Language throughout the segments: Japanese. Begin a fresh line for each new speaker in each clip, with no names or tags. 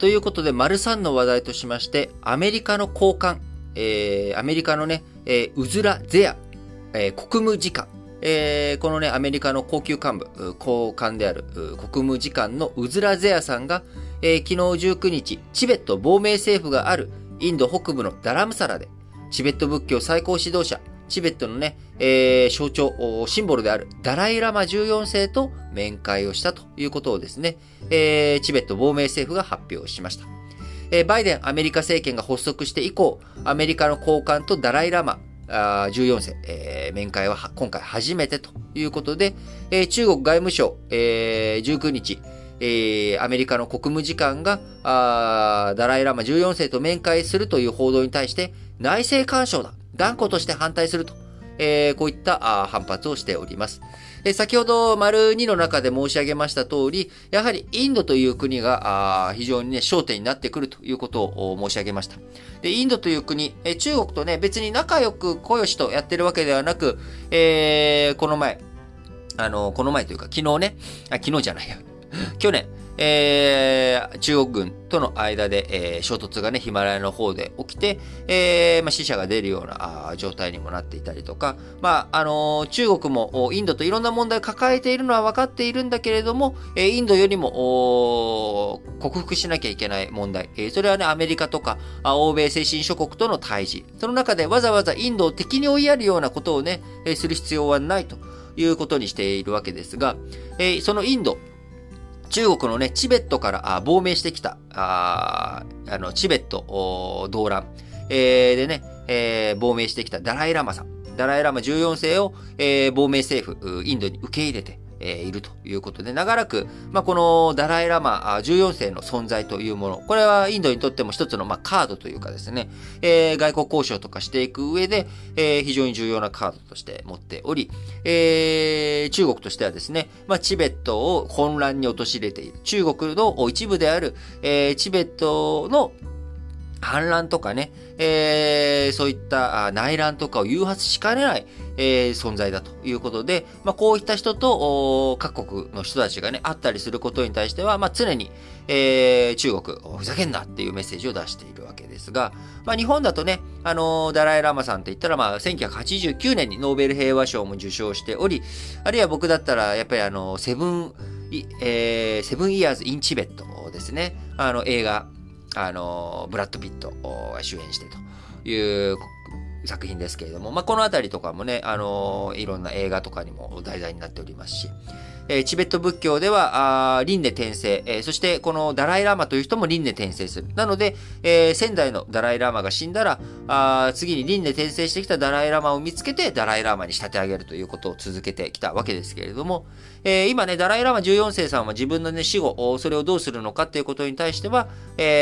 ということで、丸3の話題としまして、アメリカの高官、アメリカのね、ウズラ・ゼア、国務次官、このね、アメリカの高級幹部、高官である国務次官のウズラ・ゼアさんが、昨日19日、チベット亡命政府があるインド北部のダラムサラで、チベット仏教最高指導者、チベットのね、象徴、シンボルであるダライラマ14世と面会をしたということをですね、チベット亡命政府が発表しました。バイデンアメリカ政権が発足して以降、アメリカの高官とダライラマ14世、面会は今回初めてということで、中国外務省、19日、アメリカの国務次官がダライラマ14世と面会するという報道に対して内政干渉だ、断固として反対すると、こういった反発をしております。先ほど丸2の中で申し上げました通り、やはりインドという国が非常にね、焦点になってくるということを申し上げました。で、インドという国、中国とね、別に仲良く小よしとやってるわけではなく、この前というか昨日ね、昨日じゃないや、去年、中国軍との間で、衝突がね、ヒマラヤの方で起きて、死者が出るような状態にもなっていたりとか、中国もインドといろんな問題を抱えているのは分かっているんだけれども、インドよりも克服しなきゃいけない問題、それはね、アメリカとか欧米先進諸国との対峙、その中でわざわざインドを敵に追いやるようなことをね、する必要はないということにしているわけですが、そのインド、中国のね、チベットから亡命してきた、チベット動乱、でね、亡命してきたダライラマさん、ダライラマ14世を、亡命政府、インドに受け入れて、いるということで、長らく、このダライラマ14世の存在というもの、これはインドにとっても一つのカードというかですね、外交交渉とかしていく上で、非常に重要なカードとして持っており、中国としてはですね、チベットを混乱に陥れている、中国の一部である、チベットの反乱とかね、そういった内乱とかを誘発しかねない、存在だということで、こういった人と各国の人たちがね、会ったりすることに対しては、常に、中国、ふざけんなっていうメッセージを出しているわけですが、日本だとね、ダライラマさんって言ったら、1989年にノーベル平和賞も受賞しており、あるいは僕だったら、やっぱりセブンイヤーズ・イン・チベットですね、映画、ブラッド・ピットが主演してという作品ですけれども、このあたりとかもね、いろんな映画とかにも題材になっておりますし、チベット仏教では、輪廻転生、そしてこのダライラマという人も輪廻転生する。なので、先代のダライラマが死んだら、次に輪廻転生してきたダライラマを見つけて、ダライラマに仕立て上げるということを続けてきたわけですけれども、今ね、ダライラマ14世さんは自分のね、死後、それをどうするのかっていうことに対しては、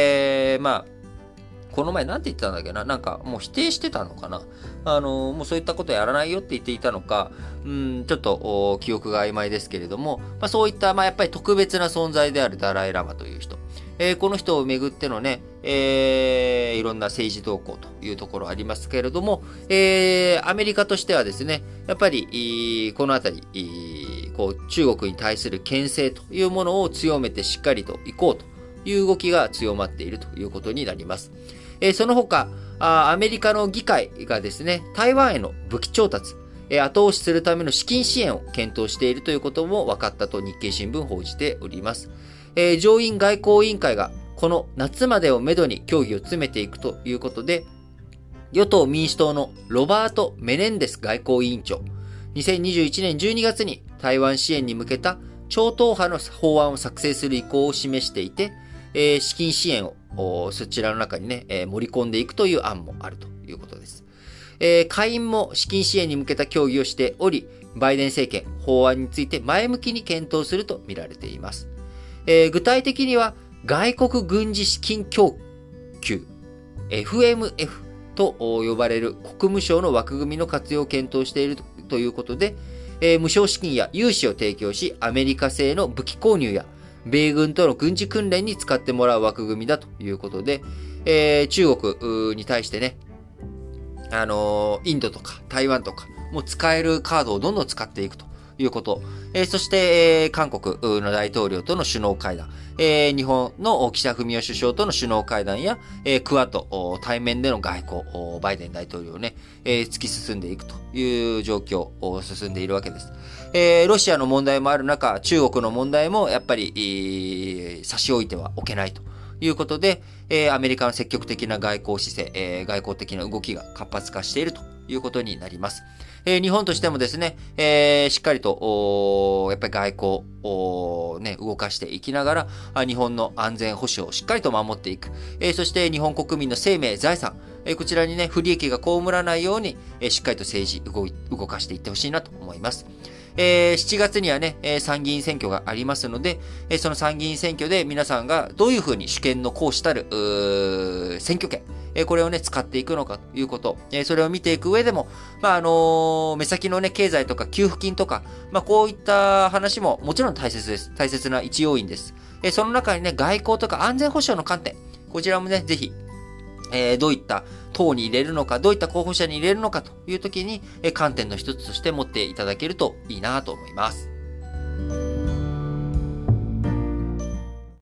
この前なんて言ってたんだっけな、なんかもう否定してたのかな、もうそういったことやらないよって言っていたのか、ちょっと記憶が曖昧ですけれども、そういった、やっぱり特別な存在であるダライラマという人、この人をめぐってのね、いろんな政治動向というところありますけれども、アメリカとしてはですね、やっぱりこのあたり、中国に対する牽制というものを強めてしっかりといこうという動きが強まっているということになります。その他、アメリカの議会がですね、台湾への武器調達、後押しするための資金支援を検討しているということも分かったと日経新聞報じております。上院外交委員会がこの夏までをめどに協議を詰めていくということで、与党民主党のロバート・メネンデス外交委員長、2021年12月に台湾支援に向けた超党派の法案を作成する意向を示していて、資金支援をそちらの中にね、盛り込んでいくという案もあるということです。下院も資金支援に向けた協議をしており、バイデン政権、法案について前向きに検討すると見られています。具体的には、外国軍事資金供給、FMF と呼ばれる国務省の枠組みの活用を検討しているということで、無償資金や融資を提供し、アメリカ製の武器購入や米軍との軍事訓練に使ってもらう枠組みだということで、中国に対してね、インドとか台湾とかもう使えるカードをどんどん使っていくということ。そして、韓国の大統領との首脳会談。日本の岸田文雄首相との首脳会談や、クアッド、対面での外交、バイデン大統領ね、突き進んでいくという状況を進んでいるわけです。ロシアの問題もある中、中国の問題もやっぱり、差し置いてはおけないということで、アメリカの積極的な外交姿勢、外交的な動きが活発化しているということになります。日本としてもですね、しっかりと、やっぱり外交をね、動かしていきながら、日本の安全保障をしっかりと守っていく。そして日本国民の生命、財産、こちらにね、不利益が被らないように、しっかりと政治動かしていってほしいなと思います。7月にはね、参議院選挙がありますので、その参議院選挙で皆さんがどういうふうに主権の行使たる、選挙権、これをね、使っていくのかということ、それを見ていく上でも、目先のね、経済とか給付金とか、こういった話ももちろん大切です。大切な一要因です。その中にね、外交とか安全保障の観点、こちらもね、ぜひ、どういった党に入れるのか、どういった候補者に入れるのかというときに、観点の一つとして持っていただけるといいなと思います。